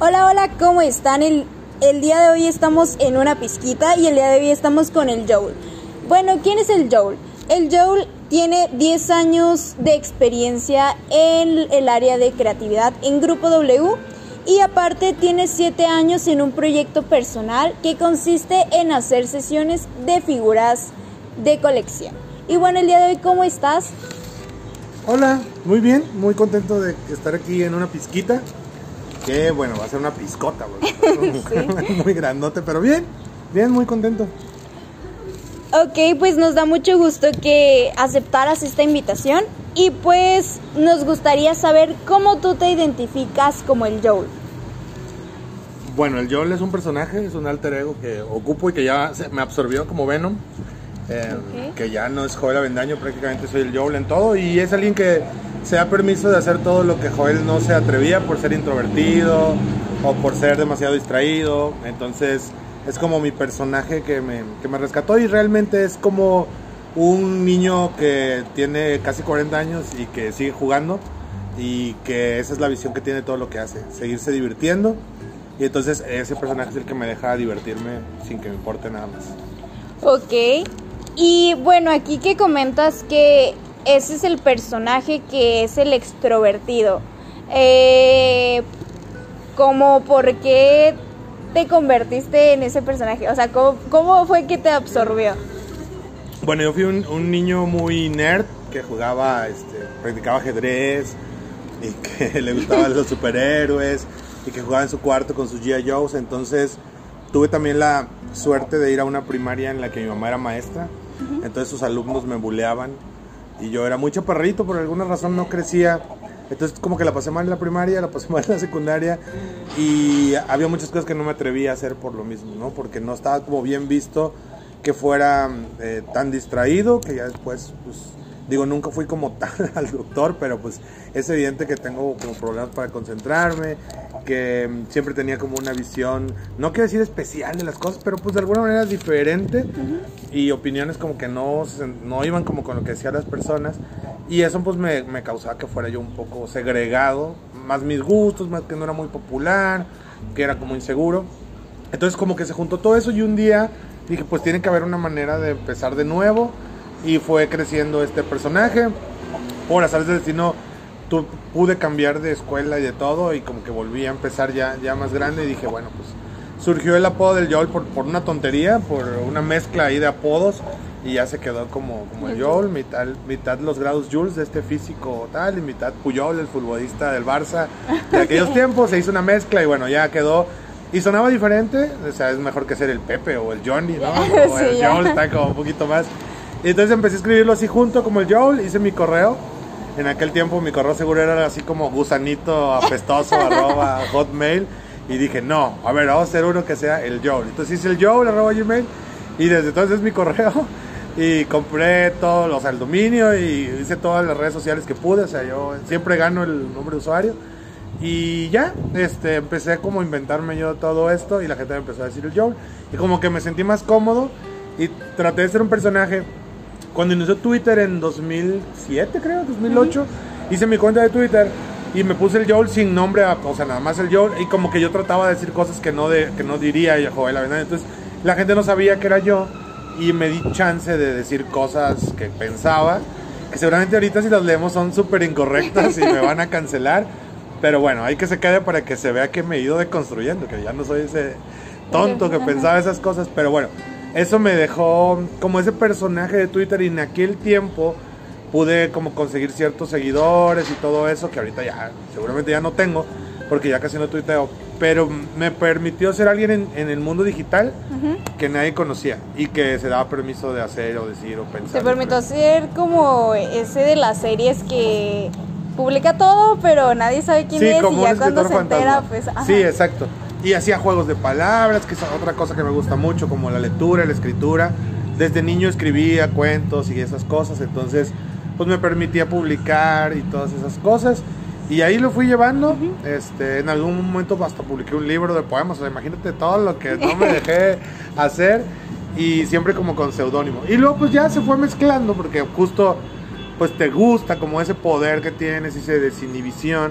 Hola, hola, ¿cómo están? El día de hoy estamos en una pizquita y el día de hoy estamos con el Joel. Bueno, ¿quién es el Joel? El Joel tiene 10 años de experiencia en el área de creatividad en Grupo W y aparte tiene 7 años en un proyecto personal que consiste en hacer sesiones de figuras de colección. Y bueno, el día de hoy, ¿cómo estás? Hola, muy bien, muy contento de estar aquí en una pizquita. Que bueno, va a ser una piscota, sí. Muy grandote, pero bien, muy contento. Ok, pues nos da mucho gusto que aceptaras esta invitación y pues nos gustaría saber cómo tú te identificas como el Joel. Bueno, el Joel es un personaje, es un alter ego que ocupo y que ya me absorbió como Venom. Que ya no es Joel Avendaño, prácticamente soy el Joel en todo y es alguien que se da permiso de hacer todo lo que Joel no se atrevía por ser introvertido o por ser demasiado distraído. Entonces es como mi personaje que me rescató y realmente es como un niño que tiene casi 40 años y que sigue jugando y que esa es la visión que tiene todo lo que hace, seguirse divirtiendo, y entonces ese personaje es el que me deja divertirme sin que me importe nada más. Ok, y bueno, aquí que comentas que ese es el personaje que es el extrovertido, ¿cómo por qué te convertiste en ese personaje? O sea, ¿cómo fue que te absorbió? Bueno, yo fui un niño muy nerd que jugaba, practicaba ajedrez y que le gustaban los superhéroes y que jugaba en su cuarto con sus G.I. Joes. Entonces tuve también la suerte de ir a una primaria en la que mi mamá era maestra. Entonces sus alumnos me buleaban y yo era muy chaparrito, por alguna razón no crecía. Entonces como que la pasé mal en la primaria, la pasé mal en la secundaria y había muchas cosas que no me atrevía a hacer por lo mismo, ¿no? Porque no estaba como bien visto que fuera tan distraído, que ya después, pues, digo, nunca fui como tal al doctor, pero pues es evidente que tengo como problemas para concentrarme, que siempre tenía como una visión, no quiero decir especial de las cosas, pero pues de alguna manera diferente, y opiniones como que no iban como con lo que decían las personas, y eso pues me causaba que fuera yo un poco segregado, más mis gustos, más que no era muy popular, que era como inseguro. Entonces como que se juntó todo eso y un día dije, pues tiene que haber una manera de empezar de nuevo, y fue creciendo este personaje. Por azares del destino pude cambiar de escuela y de todo, y como que volví a empezar ya más grande, y dije, bueno, pues surgió el apodo del Joel por una tontería, por una mezcla ahí de apodos, y ya se quedó como el Joel, mitad los grados Jules de este físico tal, y mitad Puyol, el futbolista del Barça de aquellos tiempos. Se hizo una mezcla y bueno, ya quedó. Y sonaba diferente, o sea, es mejor que ser el Pepe o el Johnny, ¿no? O el Joel está como un poquito más. Y entonces empecé a escribirlo así junto como el Joel, hice mi correo. En aquel tiempo mi correo seguro era así como gusanito apestoso @hotmail. Y dije, no, a ver, vamos a hacer uno que sea el Joel. Entonces hice el Joel @gmail y desde entonces es mi correo. Y compré todo, o sea, el dominio, y hice todas las redes sociales que pude. O sea, yo siempre gano el nombre de usuario. Y ya, empecé como a inventarme yo todo esto y la gente me empezó a decir el Joel. Y como que me sentí más cómodo y traté de ser un personaje. Cuando inició Twitter en 2007, creo, 2008, hice mi cuenta de Twitter y me puse el Joel sin nombre, o sea, nada más el Joel. Y como que yo trataba de decir cosas que no diría Joel Avendaño. Entonces la gente no sabía que era yo y me di chance de decir cosas que pensaba, que seguramente ahorita si las leemos son súper incorrectas y me van a cancelar. Pero bueno, hay que se quede para que se vea que me he ido deconstruyendo, que ya no soy ese tonto que pensaba esas cosas. Pero bueno, eso me dejó como ese personaje de Twitter, y en aquel tiempo pude como conseguir ciertos seguidores y todo eso, que ahorita ya seguramente ya no tengo, porque ya casi no tuiteo. Pero me permitió ser alguien en el mundo digital que nadie conocía y que se daba permiso de hacer o decir o pensar. Te permitió ser como ese de las series que publica todo, pero nadie sabe quién es, y ya cuando se entera, pues... Ajá. Sí, exacto. Y hacía juegos de palabras, que es otra cosa que me gusta mucho, como la lectura y la escritura. Desde niño escribía cuentos y esas cosas, entonces pues me permitía publicar y todas esas cosas. Y ahí lo fui llevando. En algún momento hasta publiqué un libro de poemas. O sea, imagínate todo lo que no me dejé hacer, y siempre como con seudónimo. Y luego pues ya se fue mezclando, porque justo pues te gusta como ese poder que tienes, esa desinhibición.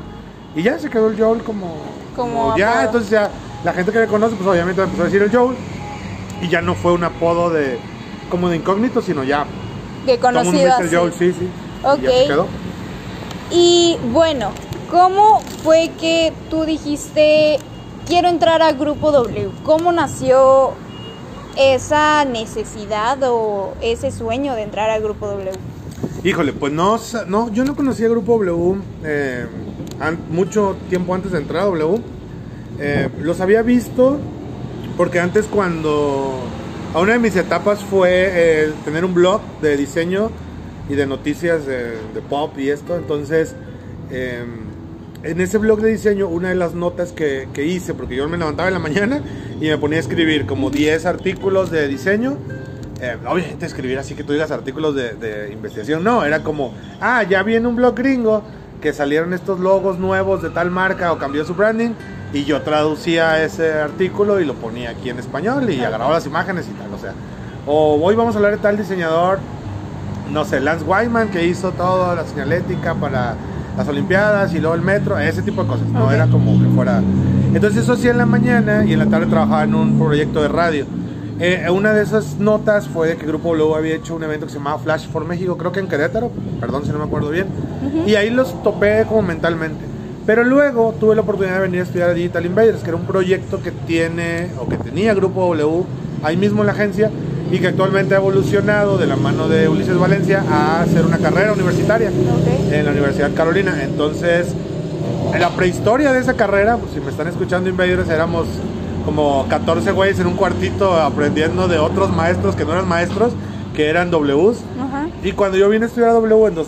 Y ya se quedó el Joel como ya, apodo. entonces ya la gente que me conoce, pues obviamente me empezó a decir el Joel. Y ya no fue un apodo como de incógnito, sino ya De todo el mundo me conocido dice el Joel, así. sí. Ok. Y ya se quedó. Y bueno, ¿cómo fue que tú dijiste quiero entrar al Grupo W? ¿Cómo nació esa necesidad o ese sueño de entrar al Grupo W? Híjole, pues no, yo no conocía el Grupo W mucho tiempo antes de entrar a W. Los había visto porque antes a una de mis etapas fue tener un blog de diseño y de noticias de pop y esto. Entonces, en ese blog de diseño, una de las notas que hice, porque yo me levantaba en la mañana y me ponía a escribir como 10 artículos de diseño. Obviamente escribir así que tú digas artículos de investigación, no, era como, ya viene un blog gringo que salieron estos logos nuevos de tal marca o cambió su branding, y yo traducía ese artículo y lo ponía aquí en español y agarraba las imágenes y tal, o sea, o hoy vamos a hablar de tal diseñador, no sé, Lance Wyman, que hizo toda la señalética para las Olimpiadas y luego el metro, ese tipo de cosas, no era como que fuera. Entonces eso hacía en la mañana y en la tarde trabajaba en un proyecto de radio. Una de esas notas fue de que Grupo W había hecho un evento que se llamaba Flash for México, creo que en Querétaro, perdón si no me acuerdo bien, y ahí los topé como mentalmente. Pero luego tuve la oportunidad de venir a estudiar a Digital Invaders, que era un proyecto que tenía Grupo W ahí mismo en la agencia, y que actualmente ha evolucionado de la mano de Ulises Valencia a hacer una carrera universitaria en la Universidad Carolina. Entonces, en la prehistoria de esa carrera, pues, si me están escuchando Invaders, éramos como 14 güeyes en un cuartito aprendiendo de otros maestros que no eran maestros, que eran Ws. Y cuando yo vine a estudiar a W en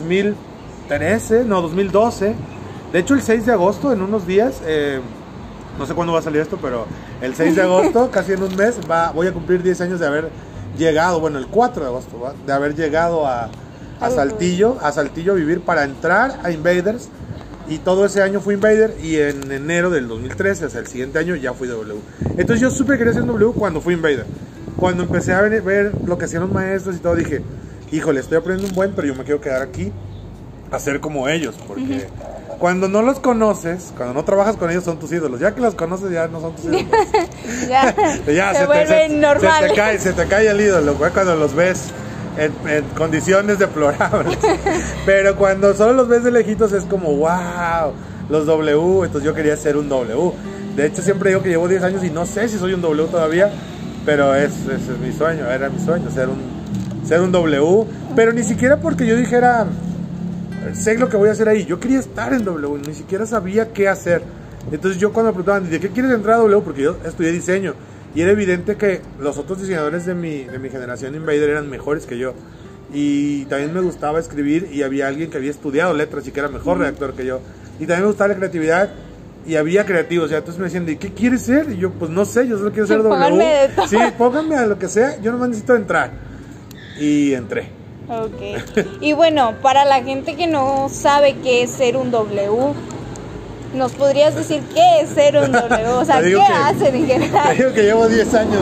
2012, de hecho el 6 de agosto, en unos días, no sé cuándo va a salir esto, pero el 6 de agosto, casi en un mes, voy a cumplir 10 años de haber llegado, bueno, el 4 de agosto, de haber llegado a Saltillo a vivir para entrar a Invaders. Y todo ese año fui Invader, y en enero del 2013, o sea, el siguiente año, ya fui W. Entonces yo supe que quería ser W cuando fui Invader. Cuando empecé a ver lo que hacían los maestros y todo, dije, híjole, estoy aprendiendo un buen, pero yo me quiero quedar aquí a ser como ellos, porque cuando no los conoces, cuando no trabajas con ellos, son tus ídolos. Ya que los conoces, ya no son tus ídolos. ya se vuelven normales. Se te cae el ídolo, güey, cuando los ves en condiciones deplorables. Pero cuando solo los ves de lejitos es como wow, los W. Entonces yo quería ser un W. De hecho siempre digo que llevo 10 años y no sé si soy un W todavía, pero ese es mi sueño, era mi sueño ser un W. Pero ni siquiera porque yo dijera sé lo que voy a hacer ahí, yo quería estar en W, ni siquiera sabía qué hacer. Entonces yo cuando me preguntaban, ¿de qué quieres entrar a W? Porque yo estudié diseño y era evidente que los otros diseñadores de mi generación Invader eran mejores que yo, y también me gustaba escribir, y había alguien que había estudiado letras y que era mejor redactor que yo, y también me gustaba la creatividad y había creativos. O sea, entonces me decían, ¿de qué quieres ser? Y yo, pues no sé, yo solo quiero ser W. Sí, pónganme a lo que sea, yo nomás necesito entrar. Y entré. Ok. Y bueno, para la gente que no sabe qué es ser un W, ¿nos podrías decir qué es ser un W? O sea, ¿qué hacen en general? Te digo que llevo 10 años.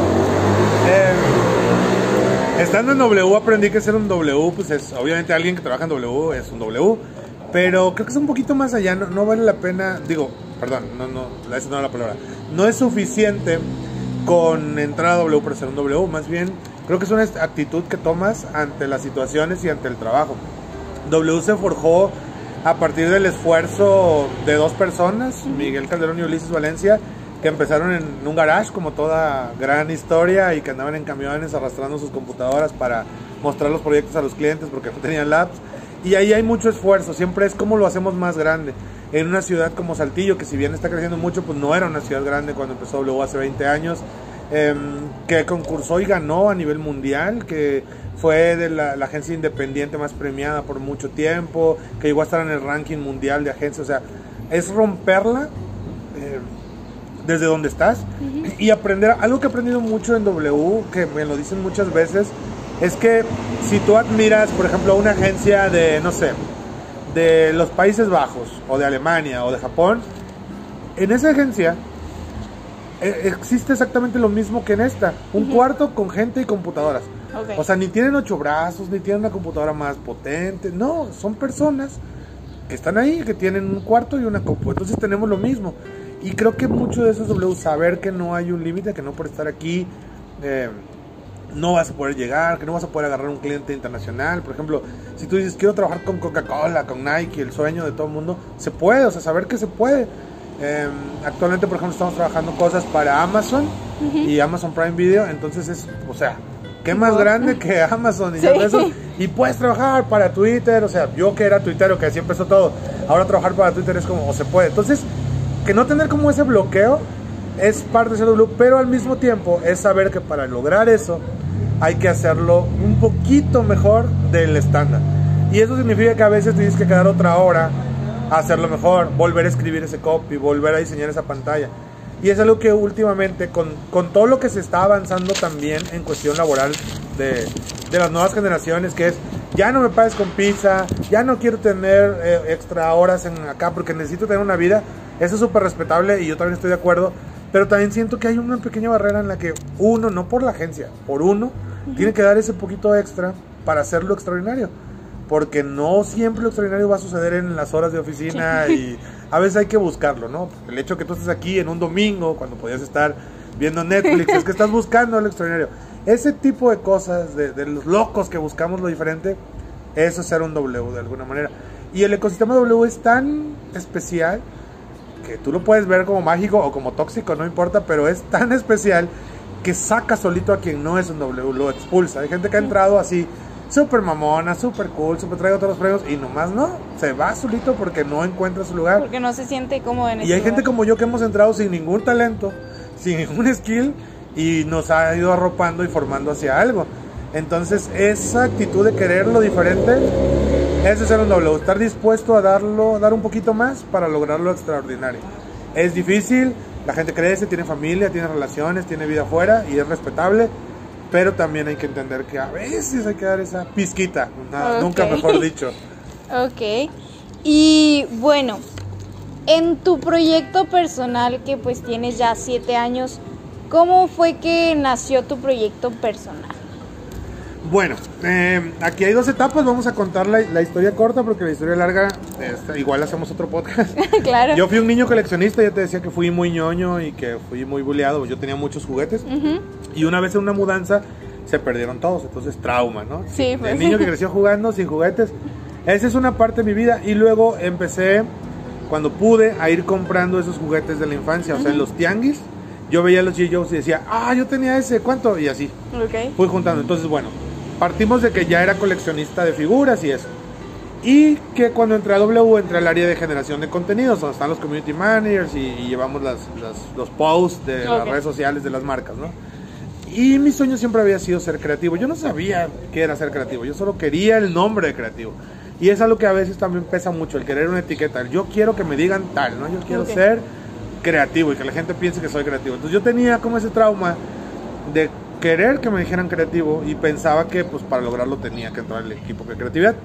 Estando en W aprendí que ser un W, pues es obviamente alguien que trabaja en W es un W, pero creo que es un poquito más allá, no vale la pena, esa no es la palabra, no es suficiente con entrar a W para ser un W, más bien creo que es una actitud que tomas ante las situaciones y ante el trabajo. W se forjó a partir del esfuerzo de dos personas, Miguel Calderón y Ulises Valencia, que empezaron en un garage como toda gran historia, y que andaban en camiones arrastrando sus computadoras para mostrar los proyectos a los clientes porque no tenían labs. Y ahí hay mucho esfuerzo, siempre es cómo lo hacemos más grande. En una ciudad como Saltillo, que si bien está creciendo mucho, pues no era una ciudad grande cuando empezó W hace 20 años, que concursó y ganó a nivel mundial, que fue de la agencia independiente más premiada por mucho tiempo, que llegó a estar en el ranking mundial de agencias. O sea, es romperla desde donde estás y aprender. Algo que he aprendido mucho en W, que me lo dicen muchas veces, es que si tú admiras, por ejemplo, a una agencia de, no sé, de los Países Bajos o de Alemania o de Japón, en esa agencia existe exactamente lo mismo que en esta, un cuarto con gente y computadoras. O sea, ni tienen 8 brazos, ni tienen una computadora más potente, no, son personas que están ahí, que tienen un cuarto y una compu. Entonces tenemos lo mismo. Y creo que mucho de eso es W, saber que no hay un límite, que no por estar aquí no vas a poder llegar, que no vas a poder agarrar un cliente internacional. Por ejemplo, si tú dices, quiero trabajar con Coca-Cola, con Nike, el sueño de todo el mundo, se puede, o sea, saber que se puede. Actualmente, por ejemplo, estamos trabajando cosas para Amazon y Amazon Prime Video, entonces es, o sea, ¿qué más grande que Amazon? Y, sí. Eso, y puedes trabajar para Twitter, o sea, yo que era tuitero, que así empezó todo, ahora trabajar para Twitter es como, o se puede. Entonces, que no tener como ese bloqueo es parte de CW, pero al mismo tiempo es saber que para lograr eso hay que hacerlo un poquito mejor del estándar. Y eso significa que a veces tienes que quedar otra hora a hacerlo mejor, volver a escribir ese copy, volver a diseñar esa pantalla. Y es algo que últimamente, con todo lo que se está avanzando también en cuestión laboral de las nuevas generaciones, que es, ya no me pagues con pizza, ya no quiero tener extra horas en acá porque necesito tener una vida. Eso es súper respetable y yo también estoy de acuerdo, pero también siento que hay una pequeña barrera en la que uno, no por la agencia, por uno, tiene que dar ese poquito extra para hacerlo extraordinario. Porque no siempre lo extraordinario va a suceder en las horas de oficina y a veces hay que buscarlo, ¿no? El hecho que tú estés aquí en un domingo, cuando podías estar viendo Netflix, es que estás buscando lo extraordinario. Ese tipo de cosas, de los locos que buscamos lo diferente, eso es ser un W de alguna manera. Y el ecosistema W es tan especial que tú lo puedes ver como mágico o como tóxico, no importa, pero es tan especial que saca solito a quien no es un W, lo expulsa. Hay gente que ha entrado así, súper mamona, súper cool, súper traigo todos los premios y nomás no, se va solito porque no encuentra su lugar. Porque no se siente cómodo en ese Y hay lugar. gente como yo que hemos entrado sin ningún talento, sin ningún skill y nos ha ido arropando y formando hacia algo. Entonces esa actitud de querer lo diferente, ese es ser un W, estar dispuesto a dar un poquito más para lograr lo extraordinario. Es difícil, la gente crece, tiene familia, tiene relaciones, tiene vida afuera y es respetable. Pero también hay que entender que a veces hay que dar esa pizquita, nunca mejor dicho. Ok. Y bueno, en tu proyecto personal, que pues tienes ya 7 años, ¿cómo fue que nació tu proyecto personal? Bueno, aquí hay 2 etapas, vamos a contar la historia corta porque la historia larga, igual hacemos otro podcast. Claro. Yo fui un niño coleccionista, ya te decía que fui muy ñoño y que fui muy buleado, yo tenía muchos juguetes. Y una vez en una mudanza se perdieron todos, entonces trauma, ¿no? Sí, pues. El niño que creció jugando sin juguetes. Esa es una parte de mi vida. Y luego empecé, cuando pude, a ir comprando esos juguetes de la infancia. O sea, en los tianguis, yo veía los G.I. Joes y decía, yo tenía ese, ¿cuánto? Y así. Okay. Fui juntando. Entonces, bueno, partimos de que ya era coleccionista de figuras y eso. Y que cuando entré a W, entré al área de generación de contenidos, donde están los community managers y llevamos los posts de las redes sociales de las marcas, ¿no? Y mi sueño siempre había sido ser creativo. Yo no sabía qué era ser creativo, yo solo quería el nombre de creativo. Y es algo que a veces también pesa mucho, el querer una etiqueta. Yo quiero que me digan tal, ¿no? Yo quiero ser creativo y que la gente piense que soy creativo. Entonces yo tenía como ese trauma de querer que me dijeran creativo y pensaba que pues para lograrlo tenía que entrar al equipo de creatividad.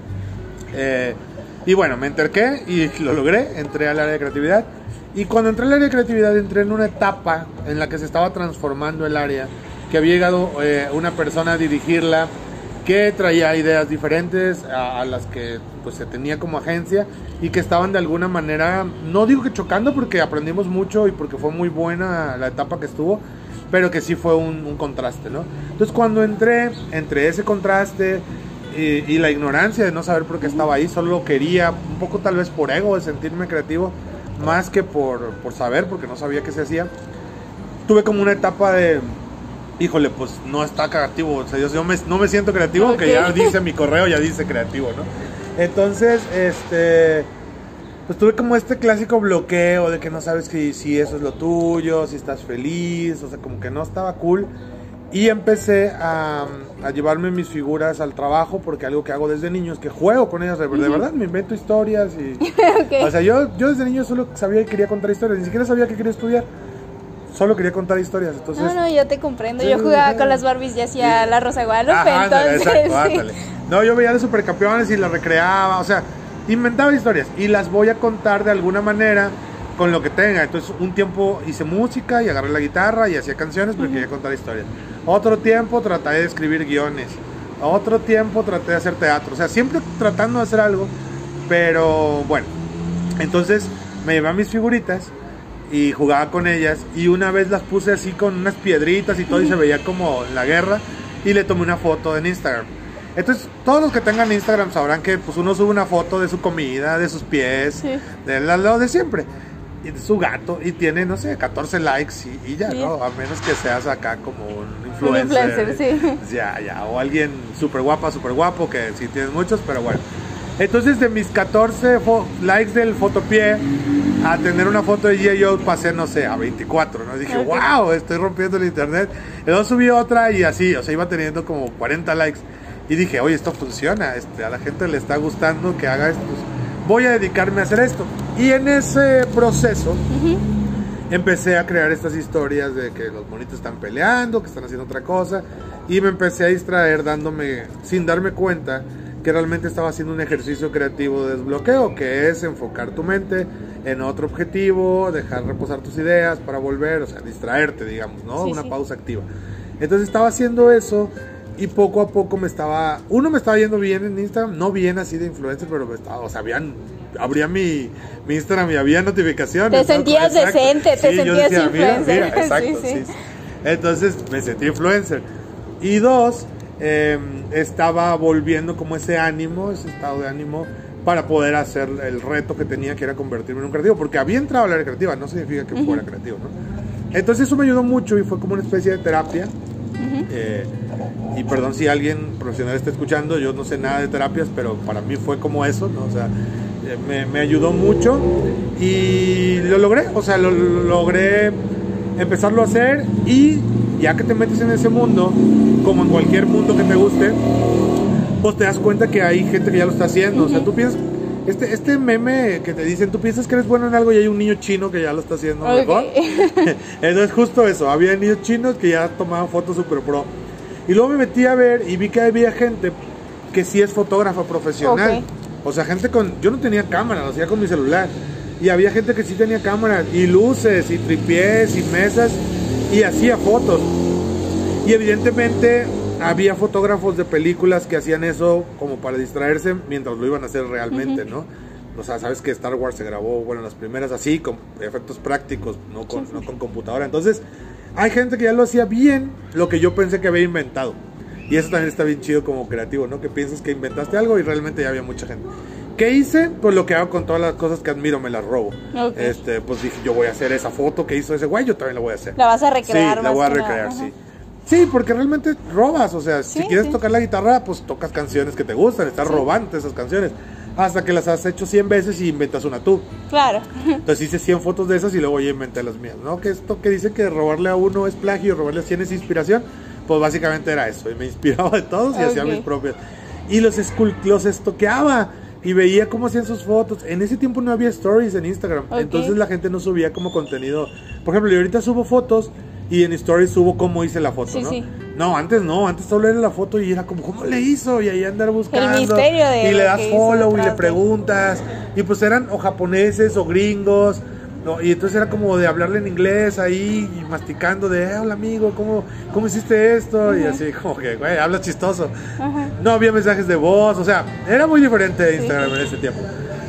Y bueno, me enterqué y lo logré, entré al área de creatividad. Y cuando entré al área de creatividad entré en una etapa en la que se estaba transformando el área, que había llegado una persona a dirigirla que traía ideas diferentes a las que pues se tenía como agencia y que estaban de alguna manera, no digo que chocando porque aprendimos mucho y porque fue muy buena la etapa que estuvo, pero que sí fue un contraste, ¿no? Entonces cuando entré, entre ese contraste y la ignorancia de no saber por qué estaba ahí, solo quería, un poco tal vez por ego de sentirme creativo, más que por saber, porque no sabía qué se hacía, tuve como una etapa de... Híjole, pues no está creativo, o sea, yo no me siento creativo, que ya dice mi correo, ya dice creativo, ¿no? Entonces, pues tuve como este clásico bloqueo de que no sabes si eso es lo tuyo, si estás feliz, o sea, como que no estaba cool. Y empecé a llevarme mis figuras al trabajo, porque algo que hago desde niño es que juego con ellas, de verdad, me invento historias y... O sea, yo desde niño solo sabía que quería contar historias, ni siquiera sabía que quería estudiar. Solo quería contar historias, entonces... No, yo te comprendo. Yo jugaba con las Barbies y hacía la Rosa de Guadalupe, entonces... Exacto, No, yo veía de Supercampeones y las recreaba, o sea, inventaba historias y las voy a contar de alguna manera con lo que tenga. Entonces, un tiempo hice música y agarré la guitarra y hacía canciones porque quería contar historias. Otro tiempo traté de escribir guiones. Otro tiempo traté de hacer teatro. O sea, siempre tratando de hacer algo Pero bueno, entonces me llevé a mis figuritas y jugaba con ellas, y una vez las puse así con unas piedritas y todo, y se veía como en la guerra, y le tomé una foto en Instagram. Entonces todos los que tengan Instagram sabrán que pues uno sube una foto de su comida, de sus pies, sí, de lo de siempre, y de su gato, y tiene, no sé, 14 likes y ya, sí, ¿no? A menos que seas acá como un influencer, sí. Ya, o alguien súper guapa, súper guapo, que sí tienes muchos, pero bueno. Entonces de mis 14 likes del fotopié a tener una foto de G.I. Joe pasé, no sé, a 24, ¿no? Dije, wow, estoy rompiendo el internet. Luego subí otra y así, o sea, iba teniendo como 40 likes. Y dije, oye, esto funciona, a la gente le está gustando que haga esto. Voy a dedicarme a hacer esto. Y en ese proceso empecé a crear estas historias de que los monitos están peleando, que están haciendo otra cosa. Y me empecé a distraer sin darme cuenta que realmente estaba haciendo un ejercicio creativo de desbloqueo, que es enfocar tu mente en otro objetivo, dejar reposar tus ideas para volver, o sea, distraerte, digamos, ¿no? Sí, una pausa activa. Entonces estaba haciendo eso y poco a poco me estaba yendo bien en Instagram, no bien así de influencer, pero o sea, abría mi Instagram y había notificaciones. Te sentías decente, te sentías influencer. Mira, exacto, sí. Entonces me sentí influencer. Y dos, estaba volviendo como ese estado de ánimo para poder hacer el reto que tenía, que era convertirme en un creativo, porque había entrado a la área creativa, no significa que fuera creativo, ¿no? Entonces eso me ayudó mucho y fue como una especie de terapia. Y perdón si alguien profesional está escuchando, yo no sé nada de terapias, pero para mí fue como eso, ¿no? O sea, me ayudó mucho y lo logré, o sea, logré empezarlo a hacer. Y ya que te metes en ese mundo, como en cualquier mundo que te guste, pues te das cuenta que hay gente que ya lo está haciendo. O sea, tú piensas, este meme que te dicen, tú piensas que eres bueno en algo y hay un niño chino que ya lo está haciendo mejor. Entonces justo eso, había niños chinos que ya tomaban fotos super pro. Y luego me metí a ver y vi que había gente que sí es fotógrafa profesional. O sea, gente yo no tenía cámara, lo hacía con mi celular. Y había gente que sí tenía cámaras y luces y tripiés y mesas y hacía fotos. Y evidentemente había fotógrafos de películas que hacían eso como para distraerse mientras lo iban a hacer realmente, ¿no? O sea, sabes que Star Wars se grabó, bueno, las primeras así, con efectos prácticos, no con computadora. Entonces, hay gente que ya lo hacía bien, lo que yo pensé que había inventado. Y eso también está bien chido como creativo, ¿no? Que piensas que inventaste algo y realmente ya había mucha gente. ¿Qué hice? Pues lo que hago con todas las cosas que admiro, me las robo. Pues dije, yo voy a hacer esa foto que hizo ese güey, yo también la voy a hacer. ¿La vas a recrear? Sí, la voy a recrear, sí. Sí, porque realmente robas, o sea, si quieres tocar la guitarra, pues tocas canciones que te gustan, estás robando esas canciones. Hasta que las has hecho 100 veces y inventas una tú. Claro. Entonces hice 100 fotos de esas y luego ya inventé las mías, ¿no? Que esto que dice que robarle a uno es plagio, robarle a 100 es inspiración, pues básicamente era eso. Y me inspiraba de todos y hacía mis propias. Y los estoqueaba y veía cómo hacían sus fotos. En ese tiempo no había stories en Instagram, entonces la gente no subía como contenido. Por ejemplo, yo ahorita subo fotos y en stories subo cómo hice la foto, ¿no? Sí. No, antes solo era la foto y era como, ¿cómo le hizo? Y ahí andar buscando. El misterio de y le das follow y le preguntas. Y pues eran o japoneses o gringos, ¿no? Y entonces era como de hablarle en inglés ahí y masticando de, hola amigo, ¿cómo hiciste esto? Y así como que, güey, habla chistoso. No había mensajes de voz, o sea, era muy diferente Instagram en ese tiempo.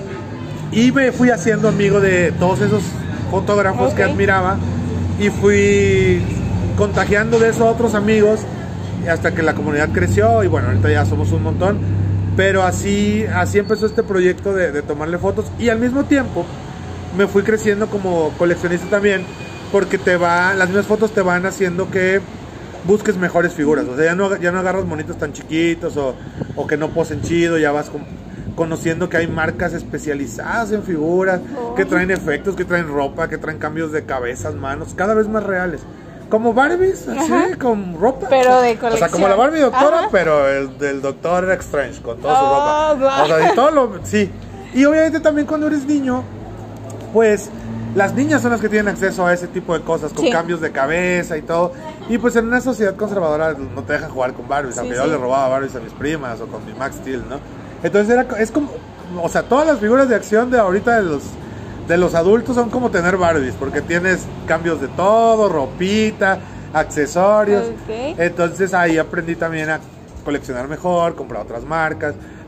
Y me fui haciendo amigo de todos esos fotógrafos que admiraba y fui contagiando de eso a otros amigos hasta que la comunidad creció y bueno, ahorita ya somos un montón, pero así empezó este proyecto de tomarle fotos y al mismo tiempo me fui creciendo como coleccionista también, porque las mismas fotos te van haciendo que busques mejores figuras, o sea, ya no agarras monitos tan chiquitos o que no posen chido, ya vas conociendo que hay marcas especializadas en figuras, que traen efectos, que traen ropa, que traen cambios de cabezas, manos, cada vez más reales. Como Barbies, así, con ropa. Pero de colección. O sea, como la Barbie doctora, pero el del doctor Strange, con toda su ropa. Wow. O sea, y todo sí. Y obviamente también cuando eres niño, pues las niñas son las que tienen acceso a ese tipo de cosas, con cambios de cabeza y todo. Y pues en una sociedad conservadora no te dejan jugar con Barbies, aunque yo le robaba Barbies a mis primas o con mi Max Steel, ¿no? Entonces es como, o sea, todas las figuras de acción de ahorita de los adultos son como tener Barbies, porque tienes cambios de todo, ropita, accesorios. Entonces ahí aprendí también a coleccionar mejor, comprar otras marcas.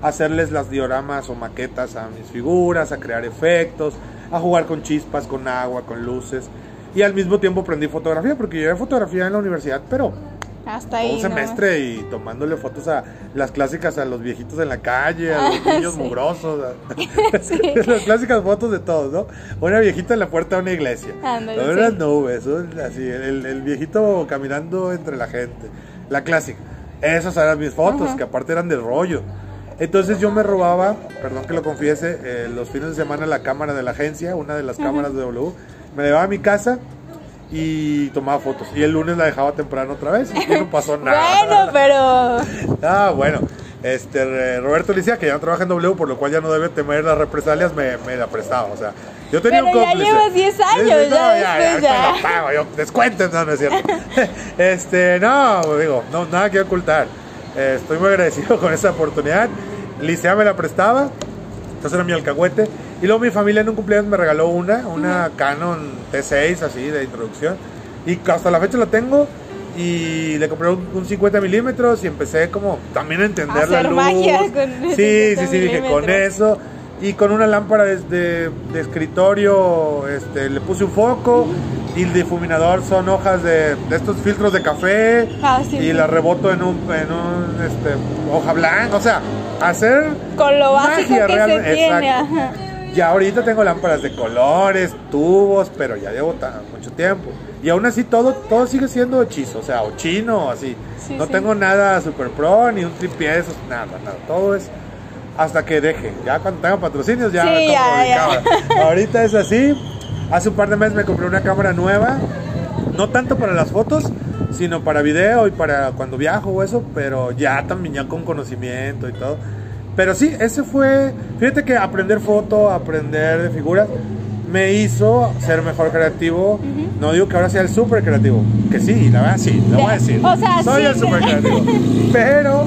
a hacerles las dioramas o maquetas a mis figuras, a crear efectos, a jugar con chispas, con agua, con luces. Y al mismo tiempo aprendí fotografía, porque yo llevé fotografía en la universidad, pero hasta ahí, un semestre y tomándole fotos a las clásicas, a los viejitos en la calle, a los niños mugrosos, Sí. las clásicas fotos de todos, ¿no? Una viejita en la puerta de una iglesia, Ándale, unas sí. nubes, así, el viejito caminando entre la gente, la clásica. Esas eran mis fotos, Ajá. que aparte eran de rollo. Entonces yo me robaba, perdón que lo confiese, los fines de semana la cámara de la agencia, una de las cámaras de W, me la llevaba a mi casa y tomaba fotos. Y el lunes la dejaba temprano otra vez y no pasó nada. Bueno, pero... Ah, bueno. Roberto decía que ya no trabaja en W, por lo cual ya no debe temer las represalias, me la prestaba. O sea, yo tenía Pero un ya cómplice. llevas 10 años, No, ya después ya. ahorita lo pago, yo descuenten, no es cierto. No, digo, no, nada que ocultar. Estoy muy agradecido con esa oportunidad. Licea me la prestaba, entonces era mi alcahuete. Y luego mi familia en un cumpleaños me regaló una Canon T6 así de introducción. Y hasta la fecha la tengo. Y le compré un 50 milímetros y empecé como también a entender Hacer la luz. magia con Sí, 50 dije con milímetros. eso. Y con una lámpara de escritorio le puse un foco. Y el difuminador son hojas de estos filtros de café. Sí, y sí. la reboto en hoja blanca. O sea, hacer Con lo básico magia que realmente. se tiene. Exacto. Ajá. Ya ahorita tengo lámparas de colores, tubos, pero ya llevo mucho tiempo. Y aún así todo sigue siendo hechizo, o sea, o chino, o así. Sí, no sí. tengo nada super pro, ni un tripié, eso, nada. Todo es hasta que deje. Ya cuando tenga patrocinios ya Sí, me compro mi ya. cámara. Ahorita es así. Hace un par de meses me compré una cámara nueva. No tanto para las fotos, sino para video y para cuando viajo o eso, pero ya también ya con conocimiento y todo. Pero sí, ese fue, fíjate que aprender foto, aprender de figuras, me hizo ser mejor creativo. No digo que ahora sea el súper creativo, que sí, la verdad sí, lo voy a decir. O sea, soy sí. el súper creativo, pero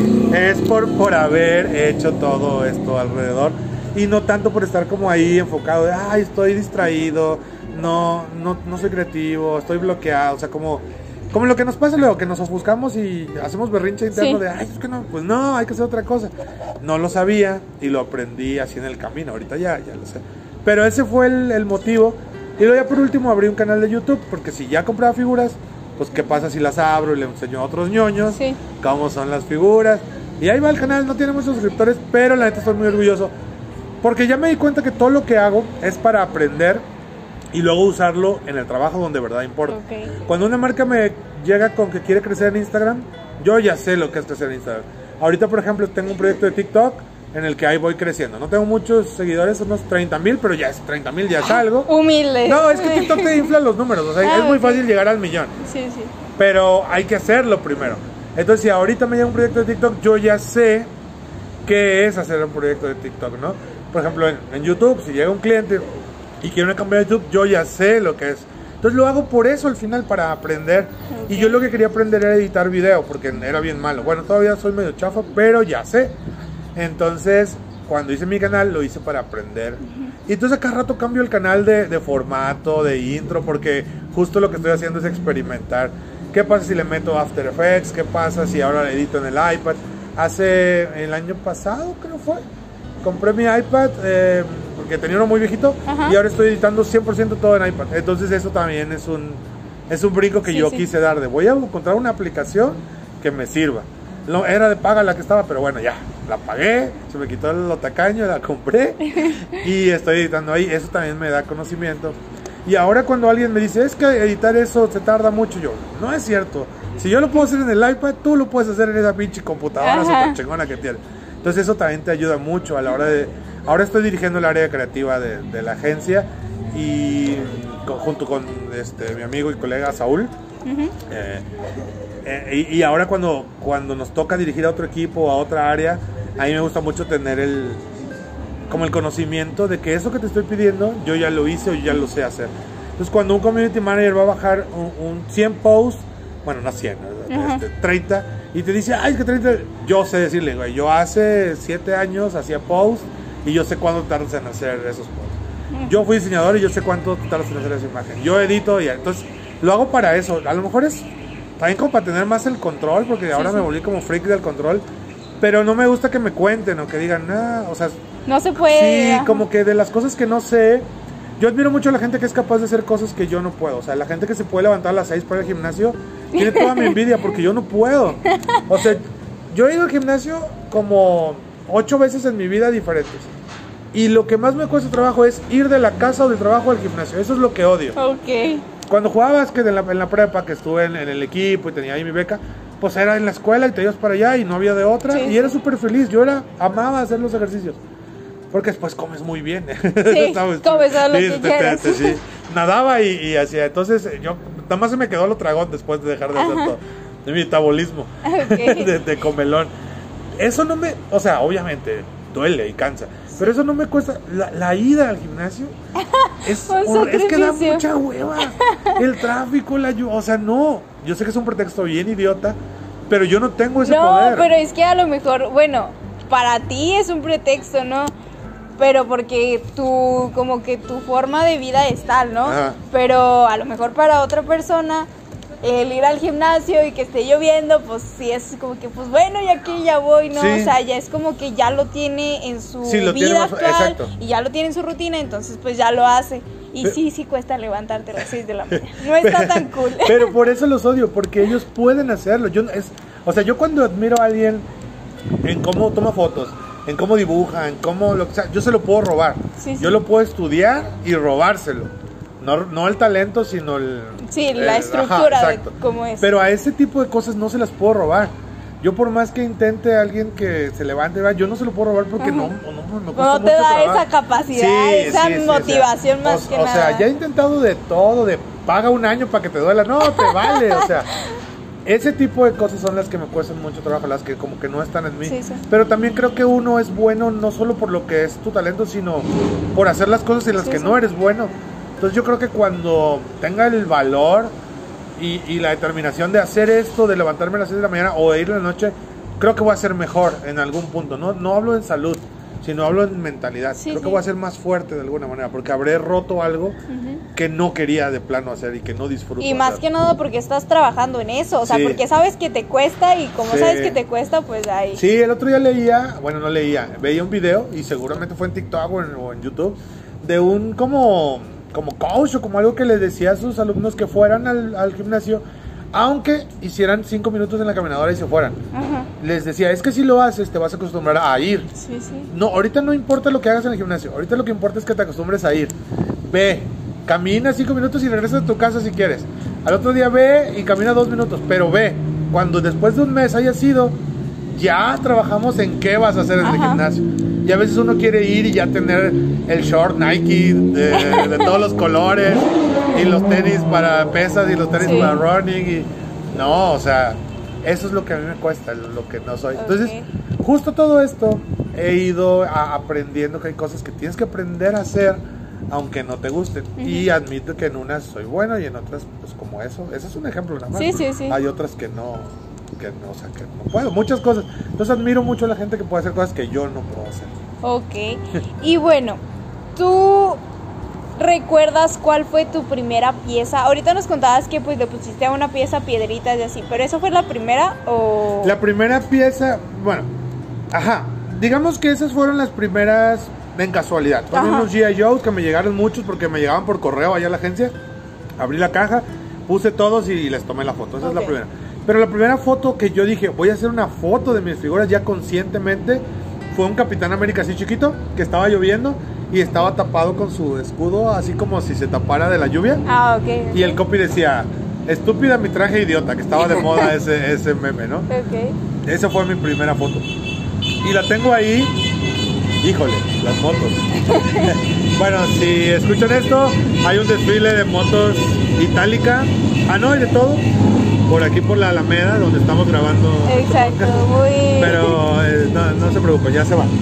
es por haber hecho todo esto alrededor y no tanto por estar como ahí enfocado de, ay, estoy distraído, no soy creativo, estoy bloqueado, o sea, como lo que nos pasa luego, que nos ofuscamos y hacemos berrinche interno Sí. de, ay, es que no, pues no, hay que hacer otra cosa. No lo sabía y lo aprendí así en el camino, ahorita ya lo sé. Pero ese fue el motivo. Y luego ya por último abrí un canal de YouTube, porque si ya compraba figuras, pues qué pasa si las abro y le enseño a otros ñoños Sí. cómo son las figuras. Y ahí va el canal, no tiene muchos suscriptores, pero la neta estoy muy orgulloso, porque ya me di cuenta que todo lo que hago es para aprender y luego usarlo en el trabajo donde de verdad importa. Ok. Cuando una marca me llega con que quiere crecer en Instagram, yo ya sé lo que es crecer en Instagram. Ahorita, por ejemplo, tengo un proyecto de TikTok en el que ahí voy creciendo. No tengo muchos seguidores, unos 30,000, pero ya es 30,000, ya es algo. Humilde. No, es que TikTok te infla los números, o sea, es muy fácil llegar al millón, Sí, sí. pero hay que hacerlo primero. Entonces, si ahorita me llega un proyecto de TikTok, yo ya sé qué es hacer un proyecto de TikTok, ¿no? Por ejemplo, en YouTube, si llega un cliente y quiere una campaña de YouTube, yo ya sé lo que es. Entonces lo hago por eso al final, para aprender. Y yo lo que quería aprender era editar video, porque era bien malo. Bueno, todavía soy medio chafa, pero ya sé. Entonces, cuando hice mi canal, lo hice para aprender. Y entonces a cada rato cambio el canal de formato, de intro, porque justo lo que estoy haciendo es experimentar. ¿Qué pasa si le meto After Effects? ¿Qué pasa si ahora le edito en el iPad? El año pasado, creo fue, compré mi iPad, porque tenía uno muy viejito. Ajá. Y ahora estoy editando 100% todo en iPad. Entonces eso también es un brinco que Sí, yo sí. quise dar, de voy a encontrar una aplicación que me sirva. No, era de paga la que estaba, pero bueno, ya, la pagué, se me quitó lo tacaño, la compré y estoy editando ahí. Eso también me da conocimiento. Y ahora cuando alguien me dice, es que editar eso se tarda mucho, yo, no es cierto. Si yo lo puedo hacer en el iPad, tú lo puedes hacer en esa pinche computadora super chingona que tiene. Entonces eso también te ayuda mucho a la hora de... Ahora estoy dirigiendo el área creativa de la agencia y junto con mi amigo y colega Saúl. Y ahora cuando nos toca dirigir a otro equipo o a otra área, a mí me gusta mucho tener el conocimiento de que eso que te estoy pidiendo yo ya lo hice o yo ya lo sé hacer. Entonces cuando un community manager va a bajar un 100 posts, bueno, no 100, 30, y te dice, ay, es que 30, yo sé decirle, güey, yo hace 7 años hacía posts y yo sé cuánto tardas en hacer esos posts. Yo fui diseñador y yo sé cuánto tardas en hacer esa imagen. Yo edito y entonces lo hago para eso. A lo mejor es también como para tener más el control, porque ahora me volví como freak del control. Pero no me gusta que me cuenten o que digan, o sea... No se puede. Sí, Ajá. como que de las cosas que no sé... Yo admiro mucho a la gente que es capaz de hacer cosas que yo no puedo. O sea, la gente que se puede levantar a las 6 para ir al gimnasio tiene toda mi envidia porque yo no puedo. O sea, yo he ido al gimnasio como 8 veces en mi vida diferentes. Y lo que más me cuesta trabajo es ir de la casa o del trabajo al gimnasio. Eso es lo que odio. Ok. Cuando jugaba básquet en la prepa, que estuve en el equipo y tenía ahí mi beca, pues era en la escuela y te ibas para allá y no había de otra. Sí, y era súper feliz. Amaba hacer los ejercicios. Porque después comes muy bien. Sí, comes todo lo que quieras. Sí. Nadaba y hacía. Entonces, yo nada más se me quedó lo tragón después de dejar de hacer todo. De mi metabolismo. Okay. de comelón. Eso no me... O sea, obviamente duele y cansa. Pero eso no me cuesta. La ida al gimnasio es que da mucha hueva. El tráfico, o sea, no. Yo sé que es un pretexto bien idiota, pero yo no tengo ese poder. No, pero es que a lo mejor, bueno, para ti es un pretexto, ¿no? Pero porque como que tu forma de vida es tal, ¿no? Ajá. Pero a lo mejor para otra persona, el ir al gimnasio y que esté lloviendo, pues sí es como que, pues bueno, y aquí ya voy, ¿no? Sí. O sea, ya es como que ya lo tiene en su vida actual, exacto. y ya lo tiene en su rutina, entonces pues ya lo hace. Y sí cuesta levantarte a las 6 de la mañana. No está tan cool. Pero por eso los odio, porque ellos pueden hacerlo. O sea, yo cuando admiro a alguien en cómo toma fotos, en cómo dibuja, en cómo lo que sea, yo se lo puedo robar. Sí. Yo lo puedo estudiar y robárselo. No el talento, sino la estructura ajá, de cómo es. Pero a ese tipo de cosas no se las puedo robar. Yo por más que intente a alguien que se levante, yo no se lo puedo robar porque no me cuesta no te mucho da trabajo. esa capacidad, esa motivación o sea, más que nada. O sea, nada. ya he intentado de todo, de paga un año para que te duela. No, te vale, o sea... Ese tipo de cosas son las que me cuestan mucho trabajo, las que como que no están en mí. Sí. Pero también creo que uno es bueno no solo por lo que es tu talento, sino por hacer las cosas en las que no eres bueno. Entonces yo creo que cuando tenga el valor y la determinación de hacer esto, de levantarme a las 6 de la mañana o de ir en la noche, creo que voy a ser mejor en algún punto. No hablo en salud, sino hablo en mentalidad. Creo que voy a ser más fuerte de alguna manera, porque habré roto algo que no quería de plano hacer y que no disfruto. Y más que nada porque estás trabajando en eso, o sea, porque sabes que te cuesta y como sabes que te cuesta, pues ahí. Sí, el otro día veía un video y seguramente fue en TikTok o en YouTube de un como coach o como algo que les decía a sus alumnos que fueran al gimnasio, aunque hicieran 5 minutos en la caminadora y se fueran. Ajá. Les decía, es que si lo haces te vas a acostumbrar a ir. Sí. No, ahorita no importa lo que hagas en el gimnasio, ahorita lo que importa es que te acostumbres a ir. Ve, camina 5 minutos y regresas a tu casa si quieres. Al otro día ve y camina 2 minutos, pero ve, cuando después de un mes hayas ido, ya trabajamos en qué vas a hacer en el gimnasio. Y a veces uno quiere ir y ya tener el short Nike de todos los colores y los tenis para pesas y los tenis para running y no, o sea, eso es lo que a mí me cuesta, lo que no soy. Entonces, justo todo esto he ido aprendiendo que hay cosas que tienes que aprender a hacer aunque no te gusten. Y admito que en unas soy bueno y en otras pues como eso. Ese es un ejemplo nada más. Sí. Hay otras que no, o sea, que no puedo, muchas cosas. Entonces admiro mucho a la gente que puede hacer cosas que yo no puedo hacer. Ok. Y bueno, ¿tú recuerdas cuál fue tu primera pieza? Ahorita nos contabas que pues le pusiste a una pieza piedritas y así, pero ¿eso fue la primera o...? La primera pieza, bueno, digamos que esas fueron las primeras en casualidad. Fueron unos G.I. Joes que me llegaron muchos porque me llegaban por correo allá a la agencia. Abrí la caja, puse todos y les tomé la foto. Esa es la primera. Pero la primera foto que yo dije, voy a hacer una foto de mis figuras ya conscientemente, fue un Capitán América así chiquito, que estaba lloviendo y estaba tapado con su escudo, así como si se tapara de la lluvia. Ok. Y el copy decía, estúpida mi traje idiota, que estaba de moda ese meme, ¿no? Ok. Esa fue mi primera foto. Y la tengo ahí, híjole, las motos. Bueno, si escuchan esto, hay un desfile de motos Itálica, no, y de todo, por aquí por la Alameda, donde estamos grabando. Exacto, muy... Pero no se preocupen, ya se va.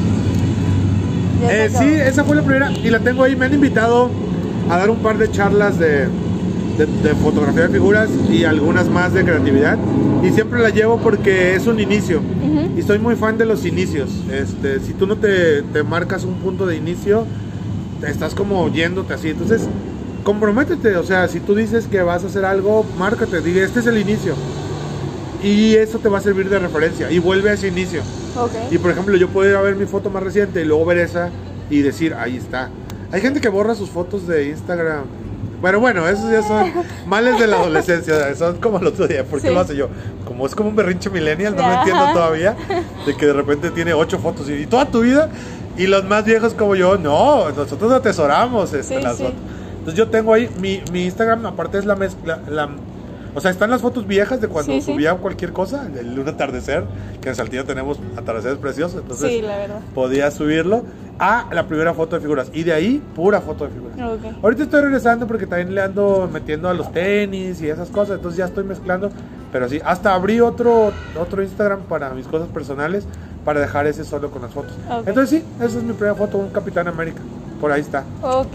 Sí, esa fue la primera y la tengo ahí. Me han invitado a dar un par de charlas de fotografía de figuras y algunas más de creatividad. Y siempre la llevo porque es un inicio. Y soy muy fan de los inicios. Si tú no te marcas un punto de inicio, estás como yéndote así. Entonces, comprométete. O sea, si tú dices que vas a hacer algo, márcate. Diga, este es el inicio. Y eso te va a servir de referencia. Y vuelve a ese inicio. Ok. Y por ejemplo, yo puedo ir a ver mi foto más reciente y luego ver esa y decir, ahí está. Hay gente que borra sus fotos de Instagram. Pero bueno, esos ya son males de la adolescencia. Son como el otro día. ¿Por qué lo hace yo? Como es como un berrinche millennial, no lo entiendo todavía. De que de repente tiene 8 fotos y toda tu vida. Y los más viejos como yo, no, nosotros atesoramos las fotos. Entonces yo tengo ahí, mi Instagram aparte es la mezcla, o sea, están las fotos viejas de cuando subía cualquier cosa, un atardecer, que en Saltillo tenemos atardeceres preciosos, entonces la verdad. podía subirlo a la primera foto de figuras, y de ahí pura foto de figuras. Okay. Ahorita estoy regresando porque también le ando metiendo a los tenis y esas cosas, entonces ya estoy mezclando, pero sí, hasta abrí otro Instagram para mis cosas personales, para dejar ese solo con las fotos. Okay. Entonces sí, esa es mi primera foto, un Capitán América, por ahí está. Ok.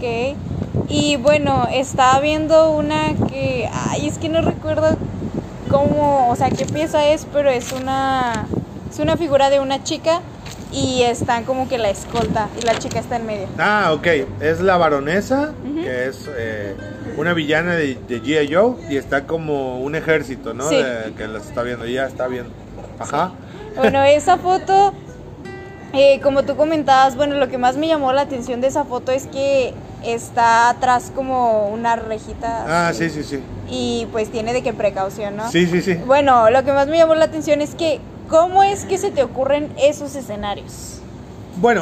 Y bueno, estaba viendo una que, ay, es que no recuerdo cómo, o sea, qué pieza es, pero es una figura de una chica y están como que la escolta y la chica está en medio. Ah, ok, es la baronesa, que es una villana de G.I. Joe y está como un ejército, ¿no? Sí. Que las está viendo, y ya está viendo. Ajá. Bueno, esa foto, como tú comentabas, bueno, lo que más me llamó la atención de esa foto es que está atrás como una rejita. Ah, sí. Y pues tiene de qué precaución, ¿no? Sí. Bueno, lo que más me llamó la atención es que, ¿cómo es que se te ocurren esos escenarios? Bueno,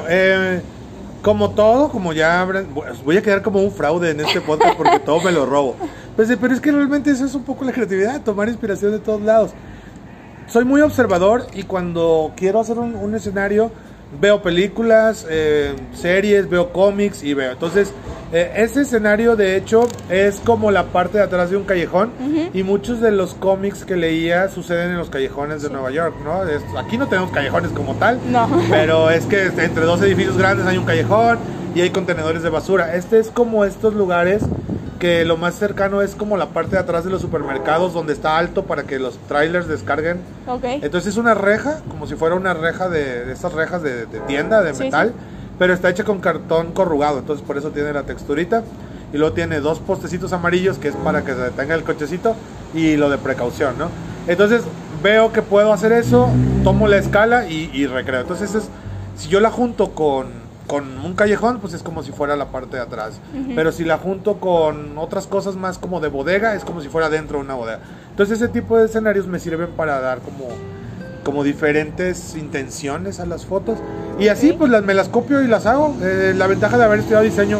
como todo, como ya habrán, voy a quedar como un fraude en este podcast porque todo me lo robo. Pues, pero es que realmente eso es un poco la creatividad, tomar inspiración de todos lados. Soy muy observador y cuando quiero hacer un escenario, veo películas, series, veo cómics y veo. Entonces, este escenario de hecho es como la parte de atrás de un callejón y muchos de los cómics que leía suceden en los callejones de Nueva York, ¿no? Aquí no tenemos callejones como tal, pero es que entre dos edificios grandes hay un callejón y hay contenedores de basura. Este es como estos lugares que lo más cercano es como la parte de atrás de los supermercados donde está alto para que los trailers descarguen. Okay. Entonces es una reja, como si fuera una reja de estas rejas de tienda, de metal, pero está hecha con cartón corrugado, entonces por eso tiene la texturita. Y luego tiene 2 postecitos amarillos que es para que se detenga el cochecito y lo de precaución, ¿no? Entonces veo que puedo hacer eso, tomo la escala y recreo. Entonces si yo la junto con un callejón, pues es como si fuera la parte de atrás. Pero si la junto con otras cosas más como de bodega, es como si fuera dentro de una bodega. Entonces ese tipo de escenarios me sirven para dar como diferentes intenciones a las fotos. Y así pues me las copio y las hago. La ventaja de haber estudiado diseño